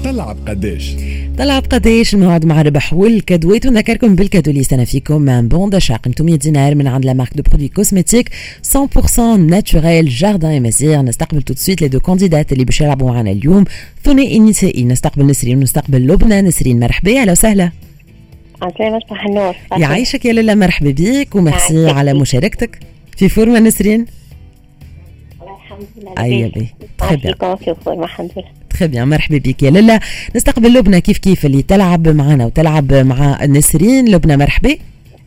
تلعب قداش. تلعب قداش الموعد مع ربح والكادوات، ونذكركم بالكادو اللي سنة فيكم من بون داشا قيمته 100 دينار من عند لا مارك دو برودوي كوزميتيك 100% ناتوريل جاردان امازيغ. نستقبل تو سويت لي دو كانديدات اللي باش يلعبوا معنا اليوم ثنائي نسائي. نستقبل نسرين ونستقبل لبنى. نسرين مرحبا، اهلا وسهلا. عسلامة، صباح النور. يعيشك يا لاله، مرحبا بيك وميرسي على مشاركتك. في فورمه نسرين؟ الحمد لله. ايوه بي تخي بيان. الحمد لله. تخي بيان، مرحبا بيك يا لاله. نستقبل لبنى كيف اللي تلعب معنا وتلعب مع نسرين. لبنى مرحبا.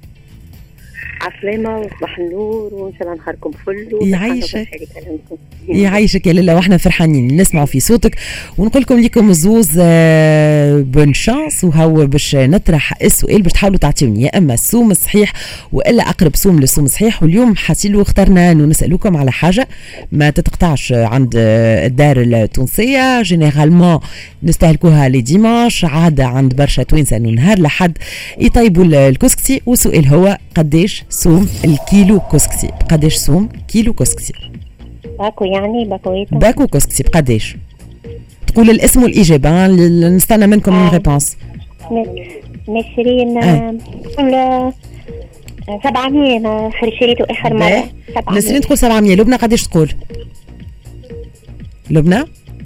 عسلامة وصباح النور، وإن شاء الله نهاركم فل. يعيشك يعيشك يا لاله، واحنا فرحانين نسمعوا في صوتك ونقول لكم الزوز بون شانس. وهو باش نطرح السؤال باش تحاولوا تعطيوني يا اما السوم الصحيح والا اقرب سوم للسوم الصحيح. واليوم حاسيلو اخترنا انه نسالوكم على حاجه ما تتقطعش عند الدار التونسيه، جينيرالمون نستهلكوها لي ديماش، عاده عند برشا توانسه انه نهار لحد يطيبوا الكسكسي. والسؤال هو قداش سوم الكيلو كسكسي؟ قداش سوم كيلو كسكسي؟ باكو يعني باكو كسكسي بقداش؟ تقول الاسم والاجابه، نستنى منكم الريبونس. نسرين 700 شريته اخر مره. نسرين تقول 700. لبنى قداش تقول؟ لبنى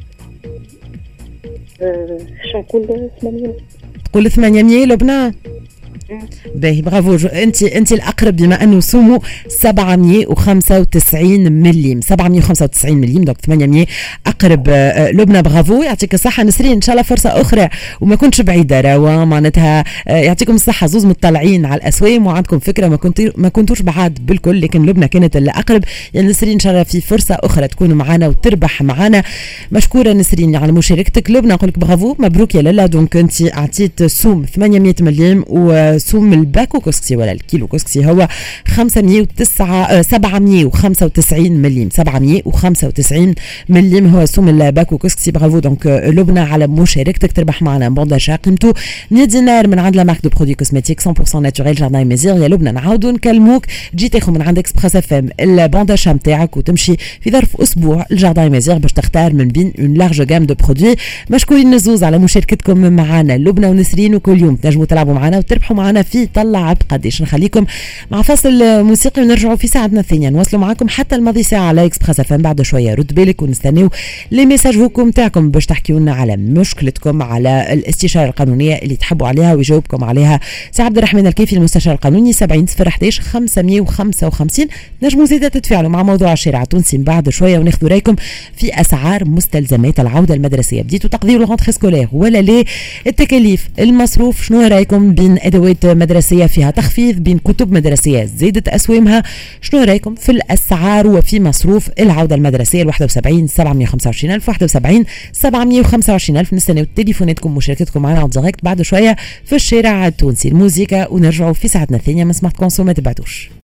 شو نقول 800. تقول 800 لبنى. باهي برافو، انت الاقرب بما انه سومو 795 مليم. 795 مليم دونك 800 اقرب. لبنى برافو، يعطيك الصحه. نسرين ان شاء الله فرصه اخرى وما كنتش بعيده روا معناتها. يعطيكم الصحه، زوز مطلعين على الاسوام وعندكم فكره ما كنتوش بعاد بالكل، لكن لبنى كانت الاقرب. يعني نسرين ان شاء الله في فرصه اخرى تكونوا معنا وتربح معنا. مشكوره نسرين على مشاركتك. لبنى نقول لك برافو، مبروك يا لاله. دونك انت اعطيت سوم 800 مليم، وسوم الباكو كسكسي ولا الكيلو كسكسي هو 795 مليم. 795 مليم هو سوم الباكو كسكسي. برافو دونك لبنى على مشاركتك. تربح معنا بون داشا قيمته 100 دينار من عند لا مارك دو برودوي كوزميتيك 100% ناتوريل جاردان امازيغ. يا لبنى نعاودوا نكلموك، تجي تاخذ من عند اكسبريس اف ام البون داشا نتاعك وتمشي في ظرف اسبوع الجاردان امازيغ باش تختار من بين اون لارج جام دو برودوي. مشكورين نزوز على مشاركتكم معنا لبنى ونسرين، وكل يوم تنجموا تلعبوا معنا وتربحوا معنا في طلع بقداش. نخليكم مع فاصل موسيقي ونرجعوا في ساعتنا الثانيه نواصلوا معكم حتى الماضي ساعه على اكسبريس اف ام. بعد شويه رد بالك ونستناو لي ميساج فوكم تاعكم باش تحكيوا لنا على مشكلتكم، على الاستشاره القانونيه اللي تحبوا عليها ويجاوبكم عليها سي عبد الرحمن الكيفي المستشار القانوني. 70 011 555. نجموا زياده تتفاعلوا مع موضوع الشارع التونسي بعد شويه وناخذوا رايكم في اسعار مستلزمات العوده المدرسيه. بديتوا تقضيوا الغونتري سكولير ولا لا؟ التكاليف، المصروف، شنو رايكم بين ادوات مدرسيه فيها تخفيض، بين كتب مدرسيه زادت اسوامها؟ شنو رايكم في الاسعار وفي مصروف العوده المدرسيه؟ 71 725 ألف 71 725 ألف. نستناو تليفوناتكم ومشاركتكم معنا ديريكت بعد شويه في الشارع التونسي. الموسيقى ونرجعوا في ساعتنا الثانيه. ما سمعتكم ما تبعتوش.